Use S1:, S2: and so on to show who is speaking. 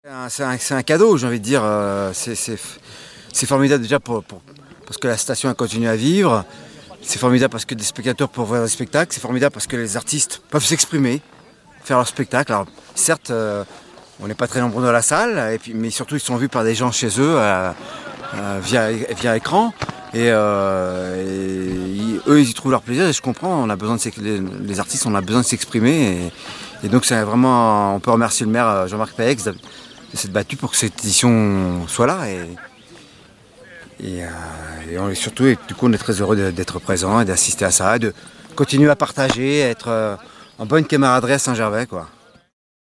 S1: C'est un cadeau, j'ai envie de dire. C'est formidable déjà parce que la station elle continue à vivre. C'est formidable parce que des spectateurs peuvent voir des spectacles. C'est formidable parce que les artistes peuvent s'exprimer, faire leur spectacle. Alors certes, on n'est pas très nombreux dans la salle, mais surtout ils sont vus par des gens chez eux via écran. Eux, ils y trouvent leur plaisir et je comprends. Les artistes, on a besoin de s'exprimer et donc c'est vraiment, on peut remercier le maire Jean-Marc Paex de s'être battu pour que cette édition soit là surtout, du coup, on est très heureux d'être présent et d'assister à ça, de continuer à partager, être en bonne camaraderie à Saint-Gervais, quoi.